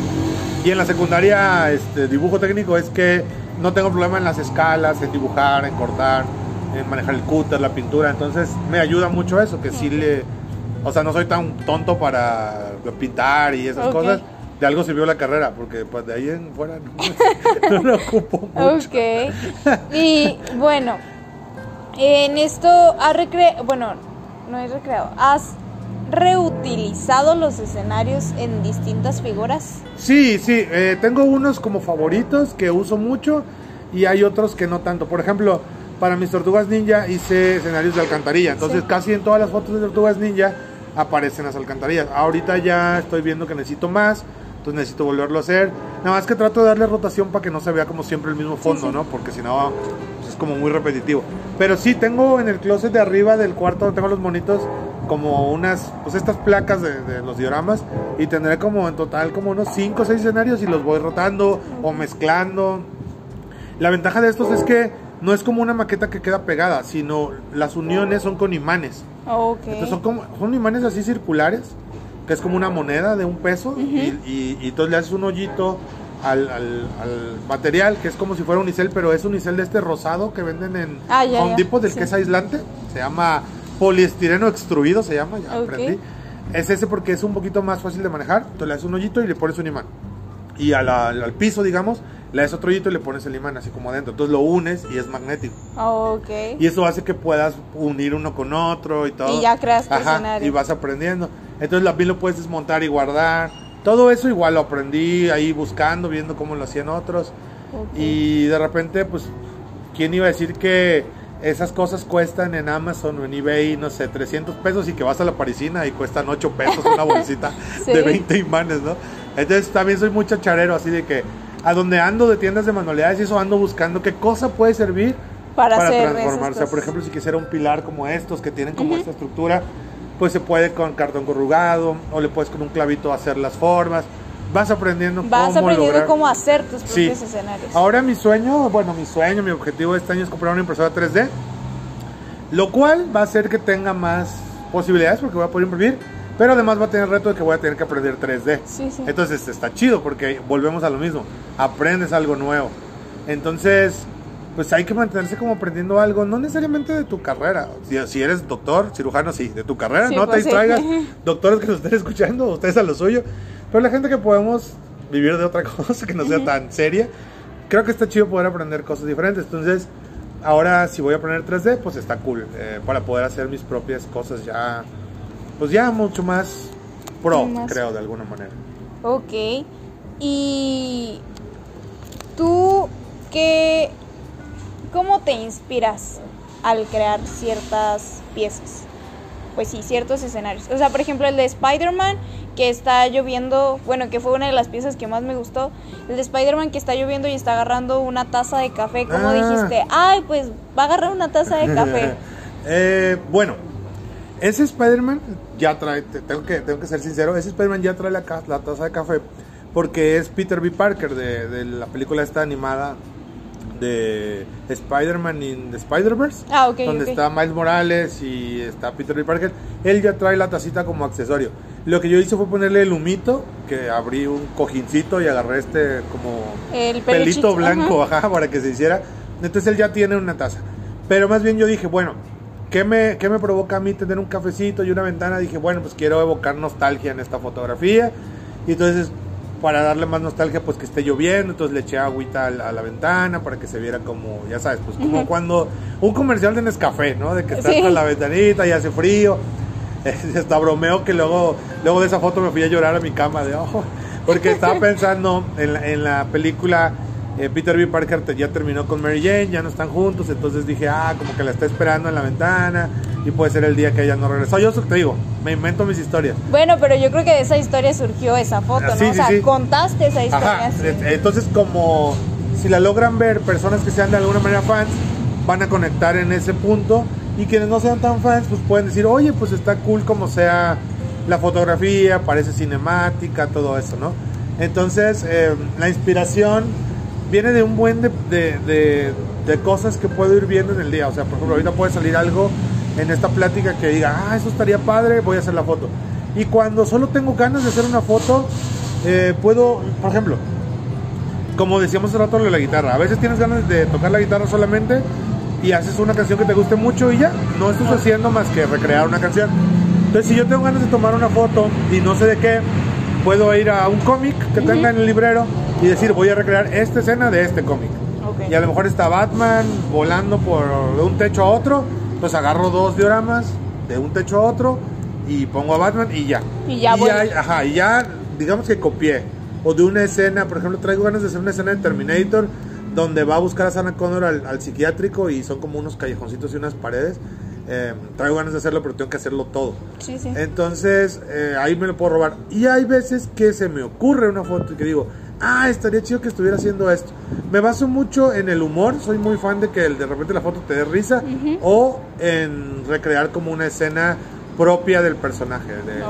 y en la secundaria dibujo técnico es que no tengo problema en las escalas, en dibujar, en cortar, en manejar el cúter, la pintura. Entonces me ayuda mucho eso, que sí o sea, no soy tan tonto para pintar y esas cosas. De algo sirvió la carrera, porque pues de ahí en fuera no lo ocupo mucho. Ok. Y bueno, en esto has reutilizado los escenarios en distintas figuras. Sí, tengo unos como favoritos que uso mucho y hay otros que no tanto. Por ejemplo, para mis Tortugas Ninja hice escenarios de alcantarilla, entonces casi en todas las fotos de Tortugas Ninja aparecen las alcantarillas. Ahorita ya estoy viendo que necesito más, entonces necesito volverlo a hacer. Nada más que trato de darle rotación para que no se vea como siempre el mismo fondo, ¿no? Porque si no, pues es como muy repetitivo. Pero sí, tengo en el closet de arriba del cuarto donde tengo los monitos como pues estas placas de los dioramas, y tendré como en total como unos 5 o 6 escenarios y los voy rotando o mezclando. La ventaja de estos es que no es como una maqueta que queda pegada, sino las uniones son con imanes. Entonces son imanes así circulares, que es como una moneda de $1 y entonces le haces un hoyito al material, que es como si fuera unicel, pero es unicel de este rosado que venden en Home Depot, del que es aislante. Se llama poliestireno extruido, se llama, ya aprendí. Es ese porque es un poquito más fácil de manejar. Entonces le haces un hoyito y le pones un imán. Y al piso, digamos, le das otro hoyito y le pones el imán así como adentro. Entonces lo unes y es magnético. Y eso hace que puedas unir uno con otro y todo. Y ya creas tu escenario. Y vas aprendiendo. Entonces también lo puedes desmontar y guardar. Todo eso igual lo aprendí ahí buscando, viendo cómo lo hacían otros. Y de repente, pues, ¿quién iba a decir que esas cosas cuestan en Amazon o en eBay, no sé, $300 y que vas a la parisina y cuestan $8 una bolsita de 20 imanes, ¿no? Entonces también soy muy chacharero, así de que a donde ando de tiendas de manualidades y eso ando buscando qué cosa puede servir para hacer transformar. O sea, por ejemplo, si quisiera un pilar como estos que tienen como esta estructura, pues se puede con cartón corrugado o le puedes con un clavito hacer las formas. Vas aprendiendo cómo hacer tus propios escenarios. Ahora mi objetivo de este año es comprar una impresora 3D, lo cual va a hacer que tenga más posibilidades porque voy a poder imprimir, pero además va a tener el reto de que voy a tener que aprender 3D. Entonces está chido porque volvemos a lo mismo, aprendes algo nuevo. Entonces, pues hay que mantenerse como aprendiendo algo, no necesariamente de tu carrera. Si eres doctor, cirujano, sí, de tu carrera, no te distraigas. Doctores que nos estén escuchando, ustedes a lo suyo. Pero la gente que podemos vivir de otra cosa que no sea tan seria, creo que está chido poder aprender cosas diferentes. Entonces, ahora si voy a aprender 3D, pues está cool, para poder hacer mis propias cosas ya, pues ya mucho más pro, creo, de alguna manera. Ok. ¿Y tú cómo te inspiras al crear ciertas piezas? Pues sí, ciertos escenarios. O sea, por ejemplo, el de Spider-Man, que está lloviendo, bueno, que fue una de las piezas que más me gustó. El de Spider-Man que está lloviendo y está agarrando una taza de café. ¿Cómo dijiste? Ay, pues va a agarrar una taza de café. Bueno, ese Spider-Man ya trae, tengo que ser sincero, ese Spider-Man ya trae la taza de café porque es Peter B. Parker de la película esta animada de Spider-Man in the Spider-Verse, donde está Miles Morales y está Peter B. Parker. Él ya trae la tacita como accesorio. Lo que yo hice fue ponerle el humito, que abrí un cojincito y agarré como el pelito blanco, para que se hiciera. Entonces él ya tiene una taza. Pero más bien yo dije, bueno, ¿qué me provoca a mí tener un cafecito y una ventana? Dije, bueno, pues quiero evocar nostalgia en esta fotografía. Y entonces, para darle más nostalgia, pues que esté lloviendo, entonces le eché agüita a la ventana para que se viera como, ya sabes, pues como cuando un comercial de Nescafé, ¿no? De que estás con la ventanita y hace frío. Hasta bromeo que luego de esa foto me fui a llorar a mi cama de ojo, porque estaba pensando en la película. Peter B. Parker ya terminó con Mary Jane, ya no están juntos, entonces dije, como que la está esperando en la ventana y puede ser el día que ella no regresó. Yo te digo, me invento mis historias. Bueno, pero yo creo que de esa historia surgió esa foto, ¿no? O sea, contaste esa historia. Entonces, como si la logran ver personas que sean de alguna manera fans, van a conectar en ese punto, y quienes no sean tan fans, pues pueden decir, oye, pues está cool como sea la fotografía, parece cinemática, todo eso, ¿no? Entonces, la inspiración viene de un buen de cosas que puedo ir viendo en el día. O sea, por ejemplo, ahorita puede salir algo en esta plática que diga, eso estaría padre, voy a hacer la foto. Y cuando solo tengo ganas de hacer una foto, puedo, por ejemplo, como decíamos hace rato, lo de la guitarra. A veces tienes ganas de tocar la guitarra solamente y haces una canción que te guste mucho y ya, no estás haciendo más que recrear una canción. Entonces, si yo tengo ganas de tomar una foto y no sé de qué, puedo ir a un cómic que tenga en el librero y decir, voy a recrear esta escena de este cómic. Y a lo mejor está Batman volando de un techo a otro, pues agarro 2 dioramas de un techo a otro y pongo a Batman y ya. Y ya digamos que copié. O de una escena, por ejemplo, traigo ganas de hacer una escena de Terminator donde va a buscar a Sarah Connor al psiquiátrico y son como unos callejoncitos y unas paredes. Traigo ganas de hacerlo, pero tengo que hacerlo todo. Entonces, ahí me lo puedo robar. Y hay veces que se me ocurre una foto y que digo, estaría chido que estuviera haciendo esto. Me baso mucho en el humor, soy muy fan de que de repente la foto te dé risa, o en recrear como una escena propia del personaje,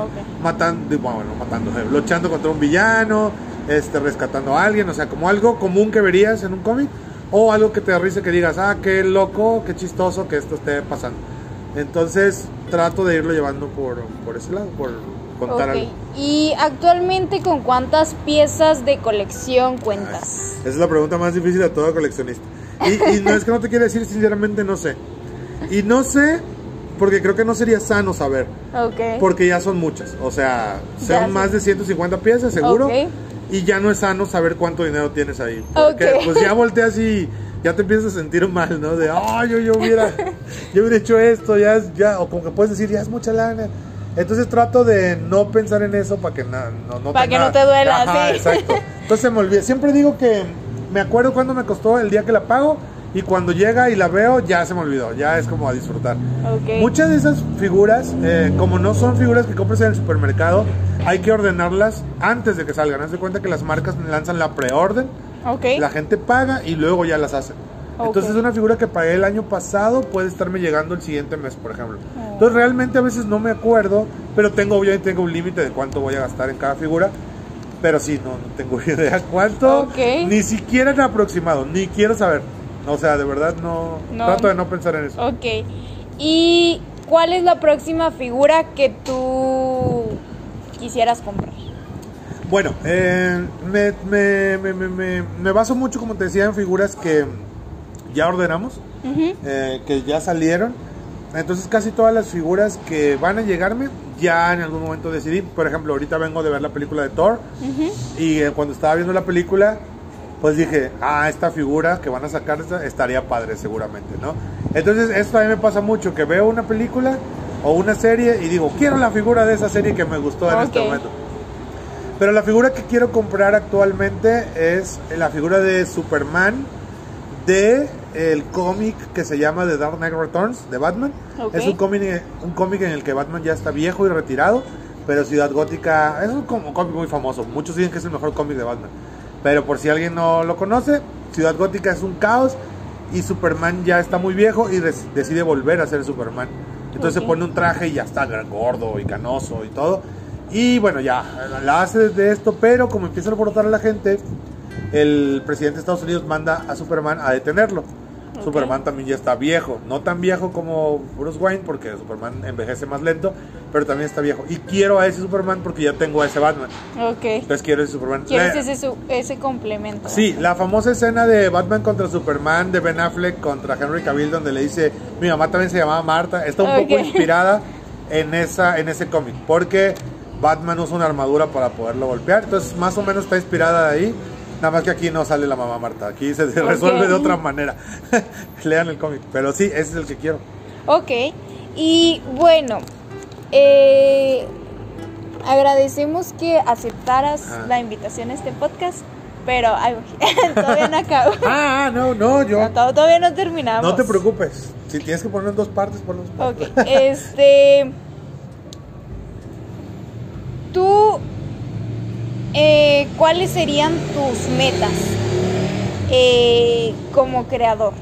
luchando contra un villano, rescatando a alguien, o sea, como algo común que verías en un cómic, o algo que te da risa, que digas, qué loco, qué chistoso que esto esté pasando. Entonces trato de irlo llevando por ese lado, por contar algo. ¿Y actualmente con cuántas piezas de colección cuentas? Esa es la pregunta más difícil de todo coleccionista. Y no es que no te quiera decir, sinceramente no sé. Y no sé porque creo que no sería sano saber. Porque ya son muchas. O sea, son más de 150 piezas seguro. Y ya no es sano saber cuánto dinero tienes ahí. Porque pues ya volteas y ya te empiezas a sentir mal, ¿no? De, yo hubiera hecho esto, ya, o como que puedes decir, ya es mucha lana. Entonces trato de no pensar en eso para que para que no te duela. Exacto. Entonces se me olvida. Siempre digo que me acuerdo cuándo me costó el día que la pago, y cuando llega y la veo, ya se me olvidó. Ya es como a disfrutar. Muchas de esas figuras, como no son figuras que compras en el supermercado, hay que ordenarlas antes de que salgan. Haz de cuenta que las marcas lanzan la preorden, la gente paga y luego ya las hacen. Entonces es una figura que pagué el año pasado, puede estarme llegando el siguiente mes, por ejemplo. Entonces realmente a veces no me acuerdo, pero obviamente tengo un límite de cuánto voy a gastar en cada figura. Pero sí, no tengo idea cuánto, ni siquiera en aproximado, ni quiero saber. O sea, de verdad no, trato de no pensar en eso. Ok. ¿Y cuál es la próxima figura que tú quisieras comprar? Bueno, me baso mucho, como te decía, en figuras que ya ordenamos, que ya salieron. Entonces casi todas las figuras que van a llegarme, ya en algún momento decidí. Por ejemplo, ahorita vengo de ver la película de Thor, y cuando estaba viendo la película, pues dije, esta figura que van a sacar estaría padre seguramente, ¿no? Entonces esto a mí me pasa mucho, que veo una película o una serie y digo, quiero la figura de esa serie que me gustó en este momento. Pero la figura que quiero comprar actualmente es la figura de Superman de el cómic que se llama The Dark Knight Returns de Batman. Es un cómic en el que Batman ya está viejo y retirado, pero Ciudad Gótica es un cómic muy famoso. Muchos dicen que es el mejor cómic de Batman, pero por si alguien no lo conoce, Ciudad Gótica es un caos y Superman ya está muy viejo y decide volver a ser Superman. Entonces se pone un traje y ya está gordo y canoso y todo. Y bueno, ya la hace de esto, pero como empieza a alborotar a la gente, el presidente de Estados Unidos manda a Superman a detenerlo. Superman también ya está viejo, no tan viejo como Bruce Wayne, porque Superman envejece más lento, pero también está viejo. Y quiero a ese Superman porque ya tengo a ese Batman. Entonces quiero ese Superman. ¿Quieres ese complemento? Sí, la famosa escena de Batman contra Superman de Ben Affleck contra Henry Cavill, donde le dice, mi mamá también se llamaba Marta, está un poco inspirada en ese cómic, porque Batman usa una armadura para poderlo golpear. Entonces más o menos está inspirada de ahí. Nada más que aquí no sale la mamá Marta, aquí se resuelve de otra manera. Lean el cómic, pero sí, ese es el que quiero. Ok, y bueno, agradecemos que aceptaras la invitación a este podcast, pero todavía no acabo. yo. Todavía no terminamos. No te preocupes, si tienes que ponerlo en dos partes, ponlo en dos partes. Ok, tú... ¿cuáles serían tus metas como creador?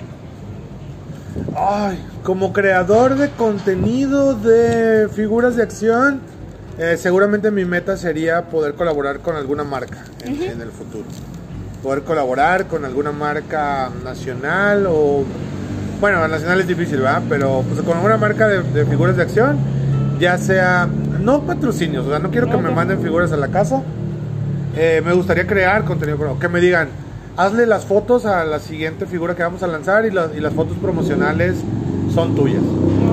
Como creador de contenido de figuras de acción, seguramente mi meta sería poder colaborar con alguna marca en el futuro. Poder colaborar con alguna marca nacional o... Bueno, nacional es difícil, ¿verdad? Pero pues, con alguna marca de figuras de acción, ya sea... No patrocinios, o sea, no quiero que me manden figuras a la casa. Me gustaría crear contenido, que me digan, hazle las fotos a la siguiente figura que vamos a lanzar y las fotos promocionales son tuyas.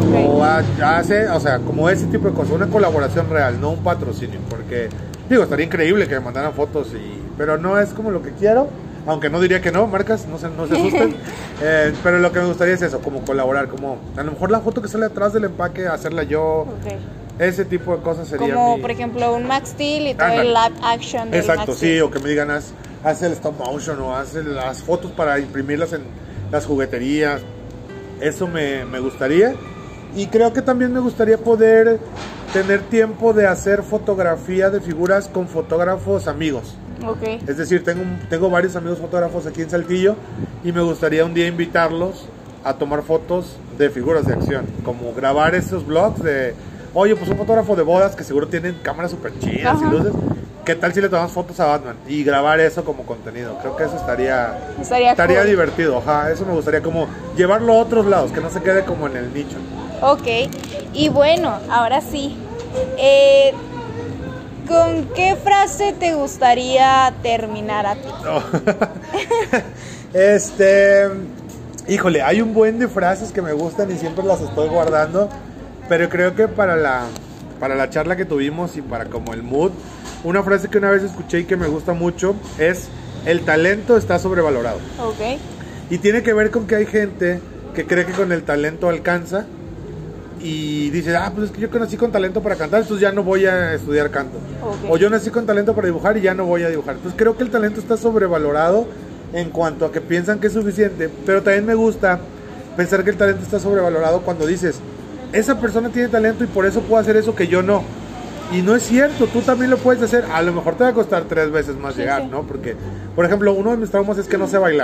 O sea, como ese tipo de cosas, una colaboración real, no un patrocinio, porque digo, estaría increíble que me mandaran fotos, pero no es como lo que quiero, aunque no diría que no, marcas, no se asusten, pero lo que me gustaría es eso, como colaborar, como a lo mejor la foto que sale atrás del empaque, hacerla yo. Ese tipo de cosas sería como por ejemplo un Max Steel y todo el live action del Exacto, Max sí, Steel. o que me digan haz el stop motion o haz las fotos para imprimirlas en las jugueterías. Eso me gustaría. Y creo que también me gustaría poder tener tiempo de hacer fotografía de figuras con fotógrafos amigos. Es decir, tengo varios amigos fotógrafos aquí en Saltillo y me gustaría un día invitarlos a tomar fotos de figuras de acción, como grabar esos vlogs de... Oye, pues un fotógrafo de bodas que seguro tienen cámaras súper chidas y luces. ¿Qué tal si le tomamos fotos a Batman? Y grabar eso como contenido. Creo que eso estaría cool. Divertido. Eso me gustaría como llevarlo a otros lados, que no se quede como en el nicho. Ok, y bueno, ahora sí. ¿Con qué frase te gustaría terminar a ti? Híjole, hay un buen de frases que me gustan y siempre las estoy guardando. Pero creo que para la charla que tuvimos y para como el mood, una frase que una vez escuché y que me gusta mucho es: el talento está sobrevalorado. Y tiene que ver con que hay gente que cree que con el talento alcanza y dice, pues es que yo nací con talento para cantar, entonces ya no voy a estudiar canto. O yo nací con talento para dibujar y ya no voy a dibujar. Entonces creo que el talento está sobrevalorado en cuanto a que piensan que es suficiente, pero también me gusta pensar que el talento está sobrevalorado cuando dices, esa persona tiene talento y por eso puede hacer eso que yo no. Y no es cierto, tú también lo puedes hacer. A lo mejor te va a costar 3 veces más llegar, ¿no? Porque, por ejemplo, uno de mis traumas es que no sé bailar.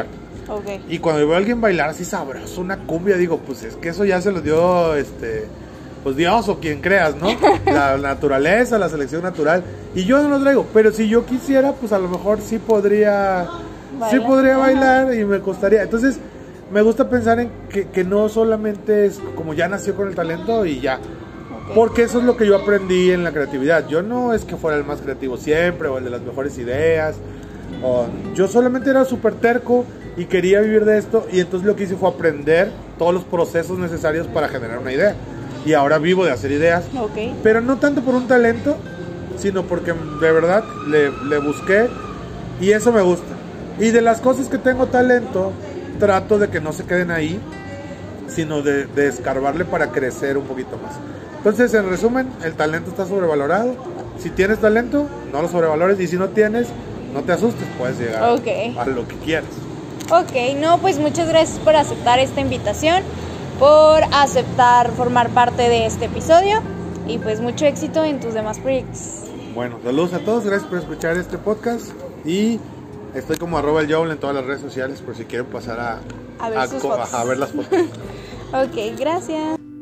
Ok. Y cuando veo a alguien bailar así sabroso, una cumbia, digo, pues es que eso ya se lo dio, pues Dios o quien creas, ¿no? La naturaleza, la selección natural. Y yo no lo traigo, pero si yo quisiera, pues a lo mejor sí podría bailar y me costaría. Entonces, me gusta pensar en que no solamente es como ya nació con el talento y ya. Ok. Porque eso es lo que yo aprendí en la creatividad. Yo no es que fuera el más creativo siempre o el de las mejores ideas. Yo solamente era súper terco y quería vivir de esto. Y entonces lo que hice fue aprender todos los procesos necesarios para generar una idea. Y ahora vivo de hacer ideas. Ok. Pero no tanto por un talento, sino porque de verdad le busqué y eso me gusta. Y de las cosas que tengo talento, trato de que no se queden ahí, sino de escarbarle para crecer un poquito más. Entonces, en resumen, el talento está sobrevalorado. Si tienes talento, no lo sobrevalores. Y si no tienes, no te asustes, puedes llegar Ok. a lo que quieras. Ok, no, pues muchas gracias por aceptar esta invitación, por aceptar formar parte de este episodio y pues mucho éxito en tus demás proyectos. Bueno, saludos a todos, gracias por escuchar este podcast. Y estoy como @eljowl en todas las redes sociales por si quieren pasar A ver sus fotos. a ver las fotos. Ok, gracias.